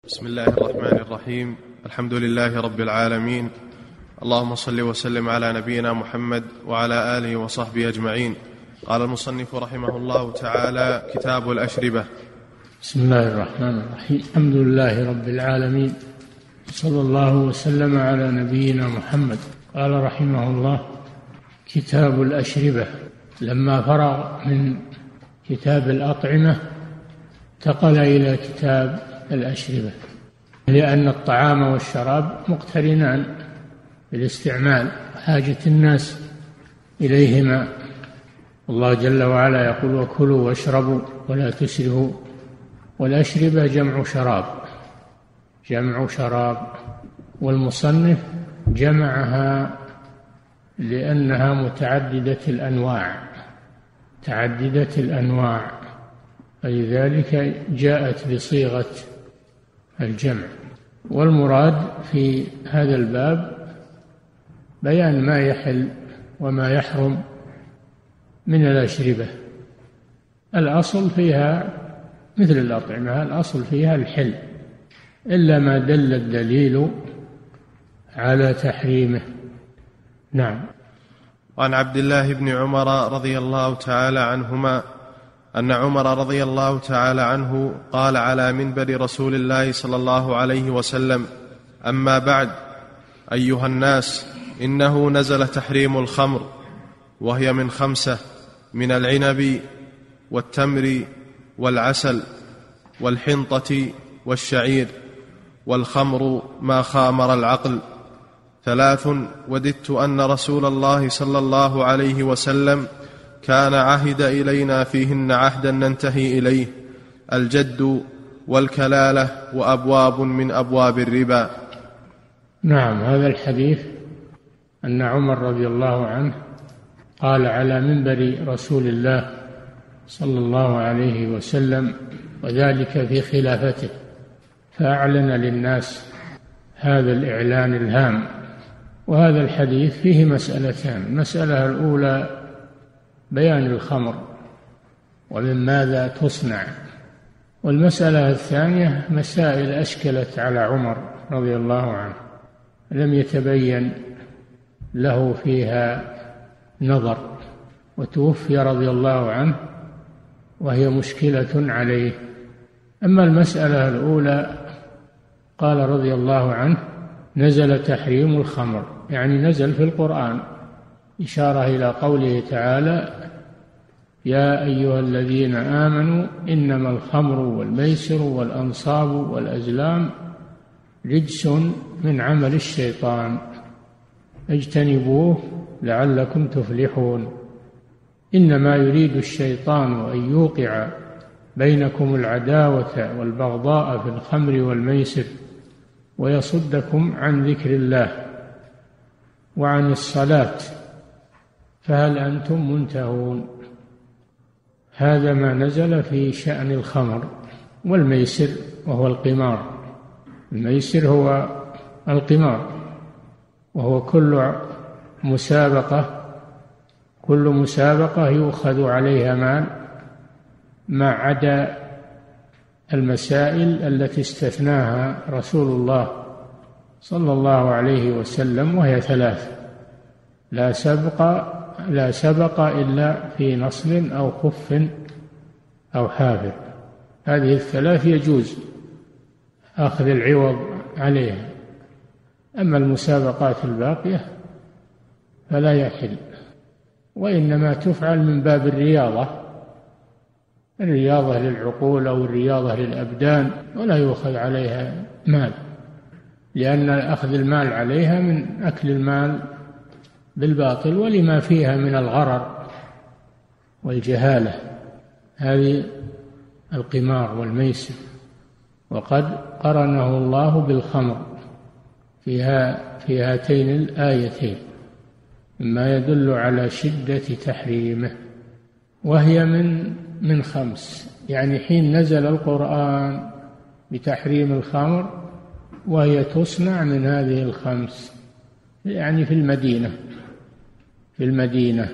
بسم الله الرحمن الرحيم. الحمد لله رب العالمين، اللهم صل وسلم على نبينا محمد وعلى آله وصحبه أجمعين. قال المصنف رحمه الله تعالى: كتاب الأشربة. بسم الله الرحمن الرحيم. الحمد لله رب العالمين، صلى الله وسلم على نبينا محمد. قال رحمه الله: كتاب الأشربة. لما فرغ من كتاب الأطعمة انتقل إلى كتاب الأشربة، لأن الطعام والشراب مقترنان بالاستعمال، حاجة الناس إليهما. الله جل وعلا يقول: وكلوا واشربوا ولا تسرفوا. والأشربة جمع شراب، والمصنف جمعها لأنها متعددة الأنواع، فلذلك جاءت بصيغة الجمع. والمراد في هذا الباب بيان ما يحل وما يحرم من الأشربة. الأصل فيها مثل الأطعمة، الأصل فيها الحل، إلا ما دل الدليل على تحريمه. نعم. وعن عبد الله بن عمر رضي الله تعالى عنهما أن عمر رضي الله تعالى عنه قال على منبر رسول الله صلى الله عليه وسلم: أما بعد، أيها الناس، إنه نزل تحريم الخمر، وهي من 5: من العنب والتمر والعسل والحنطة والشعير، والخمر ما خامر العقل. 3: وددت أن رسول الله صلى الله عليه وسلم كان عهد إلينا فيهن عهدا ننتهي إليه: الجد والكلالة وأبواب من أبواب الربا. نعم. هذا الحديث أن عمر رضي الله عنه قال على منبر رسول الله صلى الله عليه وسلم، وذلك في خلافته، فأعلن للناس هذا الإعلان الهام. وهذا الحديث فيه مسألتان: المسألة الأولى بيان الخمر ومن ماذا تصنع، والمسألة الثانية مسائل أشكلت على عمر رضي الله عنه لم يتبين له فيها نظر، وتوفي رضي الله عنه وهي مشكلة عليه. أما المسألة الأولى، قال رضي الله عنه: نزل تحريم الخمر، يعني نزل في القرآن، إشارة إلى قوله تعالى: يا أيها الذين آمنوا إنما الخمر والميسر والأنصاب والأزلام رجس من عمل الشيطان اجتنبوه لعلكم تفلحون. إنما يريد الشيطان أن يوقع بينكم العداوة والبغضاء في الخمر والميسر ويصدكم عن ذكر الله وعن الصلاة فهل أنتم منتهون. هذا ما نزل في شأن الخمر والميسر، وهو القمار. الميسر هو القمار، وهو كل مسابقة يؤخذ عليها مال، ما عدا المسائل التي استثناها رسول الله صلى الله عليه وسلم، وهي 3: لا سبق إلا في نصل أو خف أو حافر. هذه 3 يجوز أخذ العوض عليها. أما المسابقات الباقية فلا يحل، وإنما تفعل من باب الرياضة للعقول أو الرياضة للأبدان، ولا يؤخذ عليها مال، لأن أخذ المال عليها من أكل المال بالباطل ولما فيها من الغرر والجهالة. هذه القمار والميسر، وقد قرنه الله بالخمر في هاتين الآيتين، مما يدل على شدة تحريمه. وهي من 5، يعني حين نزل القرآن بتحريم الخمر وهي تصنع من هذه 5، يعني في المدينة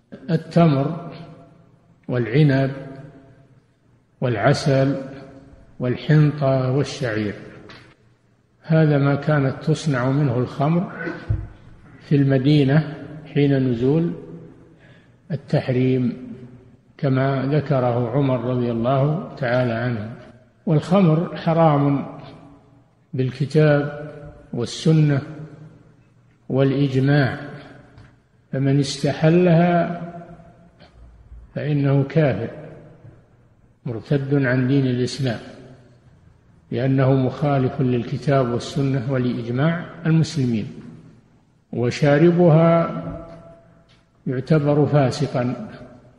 التمر والعنب والعسل والحنطة والشعير. هذا ما كانت تصنع منه الخمر في المدينة حين نزول التحريم، كما ذكره عمر رضي الله تعالى عنه. والخمر حرام بالكتاب والسنة والإجماع، فمن استحلها فإنه كافر مرتد عن دين الإسلام، لأنه مخالف للكتاب والسنة ولإجماع المسلمين، وشاربها يعتبر فاسقا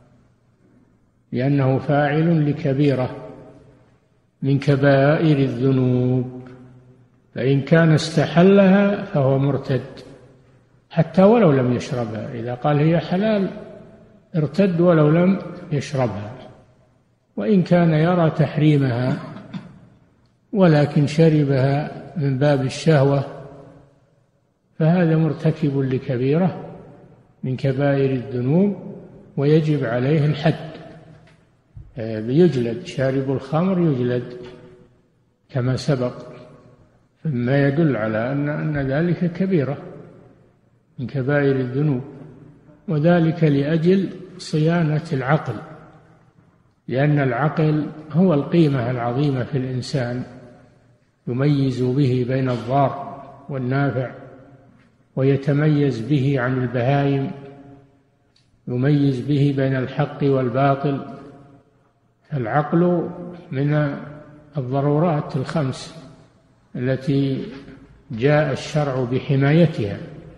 لأنه فاعل لكبيرة من كبائر الذنوب، فإن كان استحلها فهو مرتد حتى ولو لم يشربها. إذا قال هي حلال ارتد ولو لم يشربها. وإن كان يرى تحريمها ولكن شربها من باب الشهوة فهذا مرتكب لكبيرة من كبائر الذنوب ويجب عليه الحد، يجلد، شارب الخمر يجلد كما سبق، مما يدل على أن ذلك كبيرة من كبائر الذنوب، وذلك لأجل صيانة العقل، لأن العقل هو القيمة العظيمة في الإنسان، يميز به بين الضار والنافع، ويتميز به عن البهائم، يميز به بين الحق والباطل. العقل من الضرورات الخمس التي جاء الشرع بحمايتها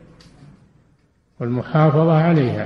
والمحافظة عليها،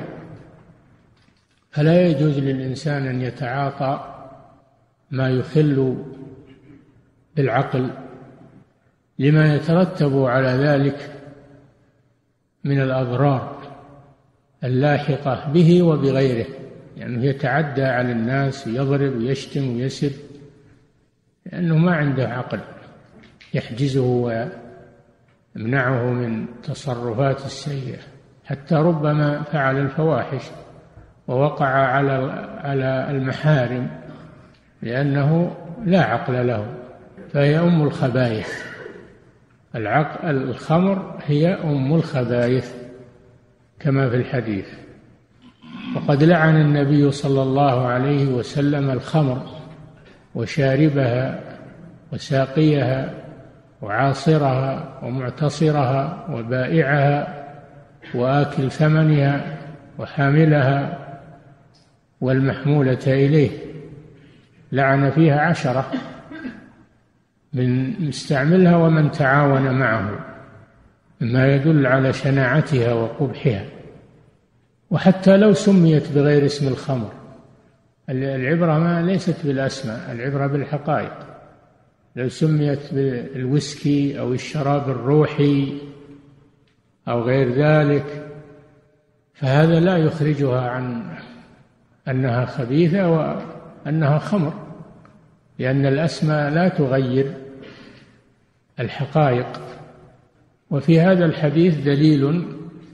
فلا يجوز للإنسان أن يتعاطى ما يخل بالعقل لما يترتب على ذلك من الأضرار اللاحقة به وبغيره، يعني يتعدى على الناس، يضرب ويشتم ويسب، لأنه ما عنده عقل يحجزه ويمنعه من تصرفات السيئة، حتى ربما فعل الفواحش ووقع على المحارم لأنه لا عقل له، فهي أم الخبائث. الخمر هي أم الخبائث كما في الحديث. وقد لعن النبي صلى الله عليه وسلم الخمر وشاربها وساقيها وعاصرها ومعتصرها وبائعها وآكل ثمنها وحاملها والمحمولة إليه، لعن فيها 10 من مستعملها ومن تعاون معه، مما يدل على شناعتها وقبحها. وحتى لو سميت بغير اسم الخمر، العبرة ما ليست بالأسماء، العبرة بالحقائق. لو سميت بالويسكي أو الشراب الروحي أو غير ذلك فهذا لا يخرجها عن أنها خبيثة وأنها خمر، لأن الأسماء لا تغير الحقائق. وفي هذا الحديث دليل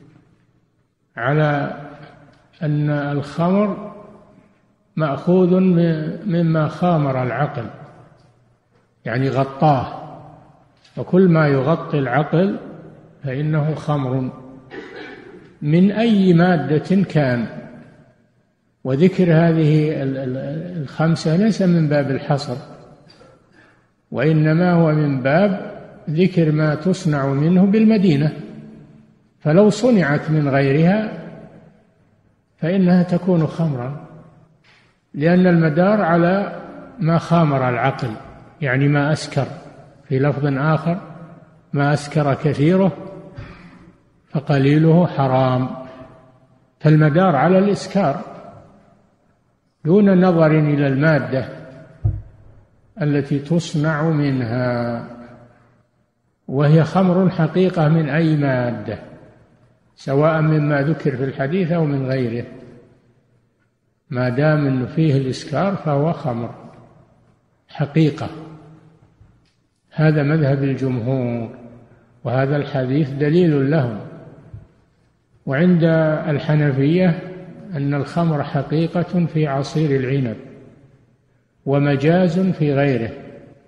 على أن الخمر مأخوذ مما خامر العقل، يعني غطاه، وكل ما يغطي العقل فإنه خمر من أي مادة كان. وذكر هذه الخمسة ليس من باب الحصر، وإنما هو من باب ذكر ما تصنع منه بالمدينة، فلو صنعت من غيرها فإنها تكون خمرا، لأن المدار على ما خامر العقل، يعني ما أسكر. في لفظ آخر ما أسكر كثيره فقليله حرام، فالمدار على الإسكار دون نظر إلى المادة التي تصنع منها، وهي خمر حقيقة من أي مادة، سواء مما ذكر في الحديث أو من غيره، ما دام أنه فيه الإسكار فهو خمر حقيقة. هذا مذهب الجمهور، وهذا الحديث دليل لهم. وعند الحنفية أن الخمر حقيقة في عصير العنب ومجاز في غيره،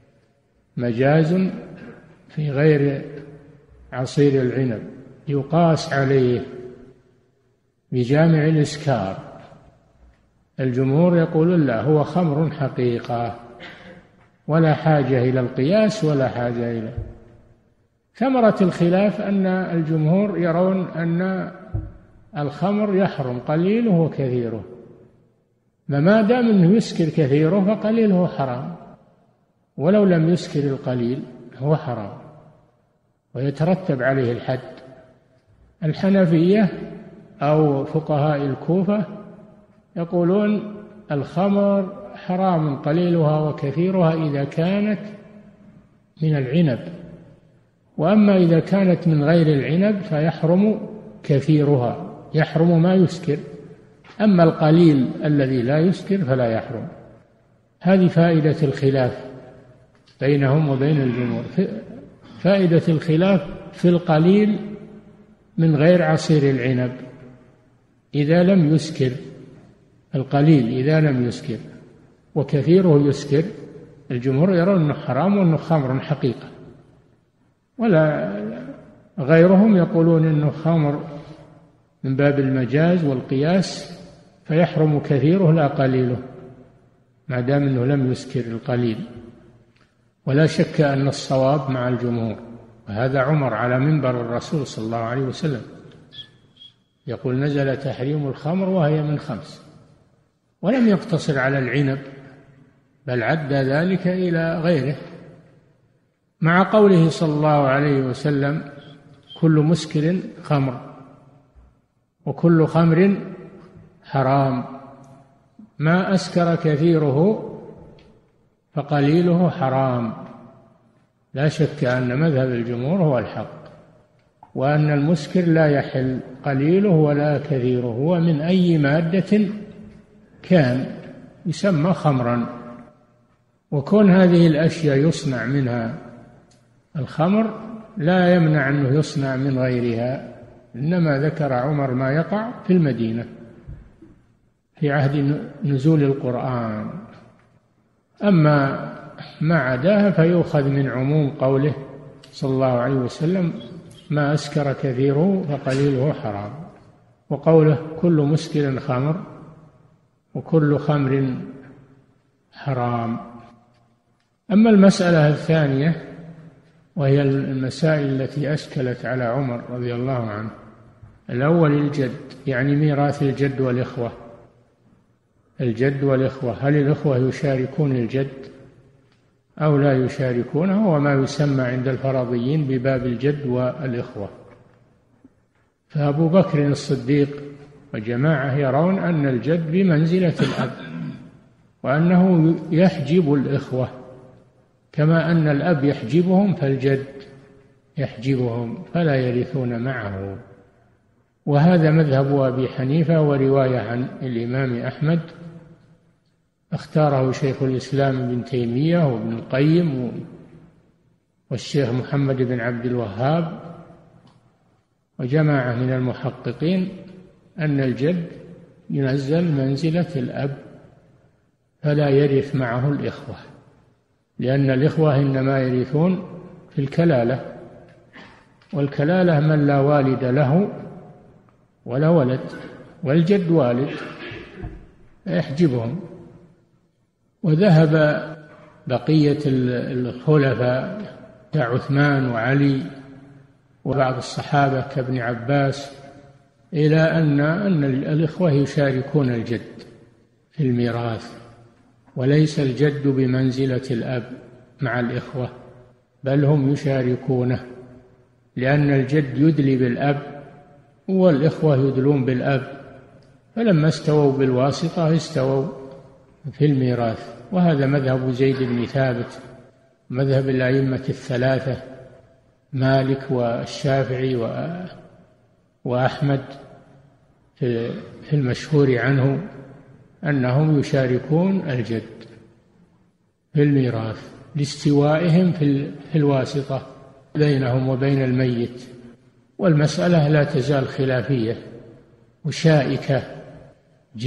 مجاز في غير عصير العنب يقاس عليه بجامع الإسكار. الجمهور يقولون لا، هو خمر حقيقة ولا حاجة إلى القياس ولا حاجة إلى. ثمرة الخلاف أن الجمهور يرون أن الخمر يحرم قليله وكثيره، فما دام أنه يسكر كثيره فقليله حرام، ولو لم يسكر القليل هو حرام ويترتب عليه الحد. الحنفية أو فقهاء الكوفة يقولون الخمر حرام قليلها وكثيرها إذا كانت من العنب، وأما إذا كانت من غير العنب فيحرم كثيرها، يحرم ما يسكر، أما القليل الذي لا يسكر فلا يحرم. هذه فائدة الخلاف بينهم وبين الجمهور. فائدة الخلاف في القليل من غير عصير العنب إذا لم يسكر، القليل إذا لم يسكر، وكثيره يسكر. الجمهور يرون أنه حرام وأنه خمر حقيقة، ولا غيرهم يقولون أنه خمر من باب المجاز والقياس فيحرم كثيره لا قليله ما دام أنه لم يسكر القليل. ولا شك أن الصواب مع الجمهور، وهذا عمر على منبر الرسول صلى الله عليه وسلم يقول نزل تحريم الخمر وهي من 5، ولم يقتصر على العنب بل عد ذلك إلى غيره، مع قوله صلى الله عليه وسلم كل مسكر خمر وكل خمر حرام، ما أسكر كثيره فقليله حرام. لا شك أن مذهب الجمهور هو الحق، وأن المسكر لا يحل قليله ولا كثيره، هو من أي مادة كان يسمى خمرا. وكون هذه الأشياء يصنع منها الخمر لا يمنع أنه يصنع من غيرها، إنما ذكر عمر ما يقع في المدينة في عهد نزول القرآن، أما ما عداها فيؤخذ من عموم قوله صلى الله عليه وسلم ما أسكر كثيره فقليله حرام، وقوله كل مسكر خمر وكل خمر حرام. أما المسألة الثانية وهي المسائل التي أشكلت على عمر رضي الله عنه، الأول الجد، يعني ميراث الجد والإخوة. الجد والإخوة، هل الإخوة يشاركون الجد أو لا يشاركونه؟ هو ما يسمى عند الفرضيين بباب الجد والإخوة. فأبو بكر الصديق وجماعة يرون أن الجد بمنزلة الأب، وأنه يحجب الإخوة كما أن الأب يحجبهم فالجد يحجبهم فلا يرثون معه. وهذا مذهب أبي حنيفة، ورواية عن الإمام أحمد اختاره شيخ الإسلام ابن تيمية وابن القيم والشيخ محمد بن عبد الوهاب وجماعة من المحققين، أن الجد ينزل منزلة الأب فلا يرث معه الإخوة، لأن الإخوة إنما يرثون في الكلالة، والكلالة من لا والد له ولا ولد، والجد والد يحجبهم. وذهب بقية الخلفاء كعثمان وعلي وبعض الصحابة كابن عباس إلى أن الإخوة يشاركون الجد في الميراث، وليس الجد بمنزلة الأب مع الإخوة، بل هم يشاركونه، لأن الجد يدلي بالأب والإخوة يدلون بالأب، فلما استووا بالواسطة استووا في الميراث. وهذا مذهب زيد بن ثابت، مذهب الأئمة الثلاثة مالك والشافعي وأحمد في المشهور عنه أنهم يشاركون الجد في الميراث لاستوائهم في الواسطة بينهم وبين الميت. والمسألة لا تزال خلافية وشائكة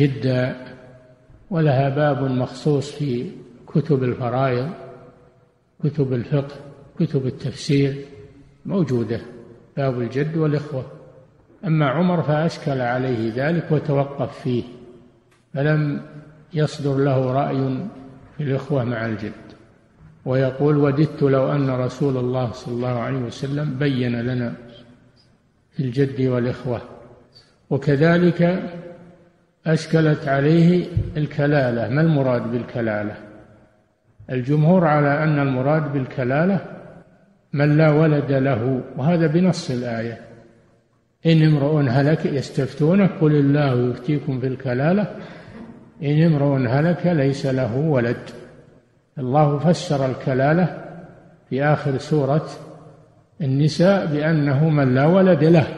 جدا، ولها باب مخصوص في كتب الفرائض كتب الفقه، كتب التفسير موجودة، باب الجد والإخوة. أما عمر فأشكل عليه ذلك وتوقف فيه، فلم يصدر له رأي في الإخوة مع الجد، ويقول: وددت لو أن رسول الله صلى الله عليه وسلم بين لنا في الجد والإخوة. وكذلك أشكلت عليه الكلالة. ما المراد بالكلالة؟ الجمهور على أن المراد بالكلالة من لا ولد له، وهذا بنص الآية: إن امرؤ هلك، يستفتونك قل الله يفتيكم في الكلالة إن امرؤ هلك ليس له ولد. الله فسر الكلالة في آخر سورة النساء بأنه من لا ولد له،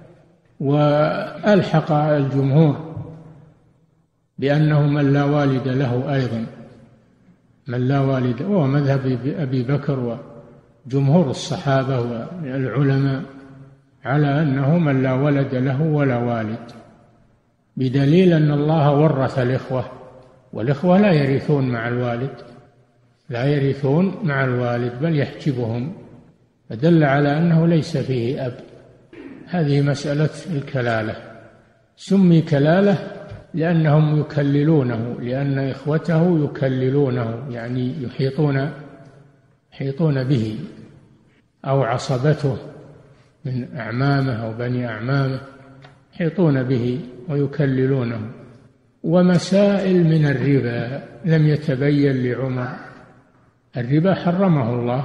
وألحق الجمهور بأنه من لا والد له أيضا، من لا والد، وهو مذهب أبي بكر وجمهور الصحابة والعلماء على أنه من لا ولد له ولا والد، بدليل أن الله ورث الإخوة، والإخوة لا يرثون مع الوالد، لا يرثون مع الوالد بل يحجبهم، فدل على أنه ليس فيه أب. هذه مسألة الكلالة. سمي كلالة لأنهم يكللونه، لأن إخوته يكللونه، يعني يحيطون به، أو عصبته من أعمامه أو بني أعمامه يحيطون به ويكللونه. ومسائل من الربا لم يتبين لعمر. الربا حرمه الله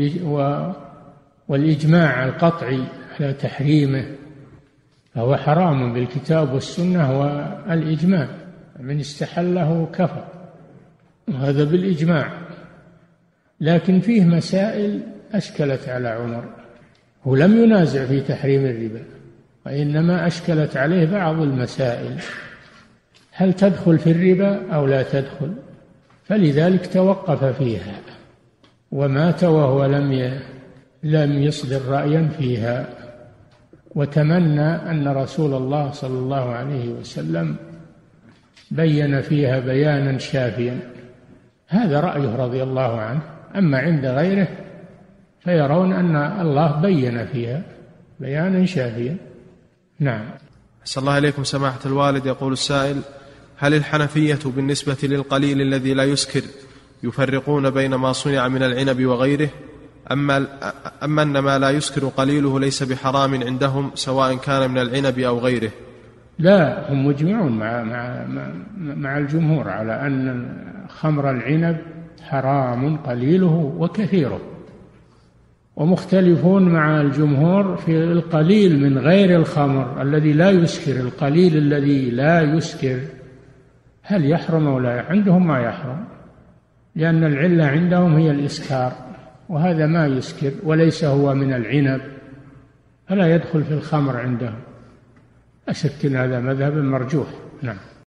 والإجماع القطعي على تحريمه، فهو حرام بالكتاب والسنة والإجماع، من استحله كفر، وهذا بالإجماع. لكن فيه مسائل أشكلت على عمر، هو لم ينازع في تحريم الربا، وإنما أشكلت عليه بعض المسائل: هل تدخل في الربا أو لا تدخل؟ فلذلك توقف فيها ومات وهو لم يصدر رأيا فيها، وتمنى أن رسول الله صلى الله عليه وسلم بين فيها بيانا شافيا. هذا رأيه رضي الله عنه. أما عند غيره فيرون أن الله بين فيها بيانا شافيا. نعم. أسأل الله إليكم سماحة الوالد. يقول السائل: هل الحنفية بالنسبة للقليل الذي لا يسكر يفرقون بين ما صنع من العنب وغيره، أما أن ما لا يسكر قليله ليس بحرام عندهم سواء كان من العنب أو غيره؟ لا، هم مجمعون مع الجمهور على أن خمر العنب حرام قليله وكثيره، ومختلفون مع الجمهور في القليل من غير الخمر الذي لا يسكر. القليل الذي لا يسكر هل يحرم أو لا؟ عندهم ما يحرم، لأن العلة عندهم هي الإسكار، وهذا ما يسكر وليس هو من العنب، فلا يدخل في الخمر عندهم. أشك أن هذا مذهب مرجوح. نعم.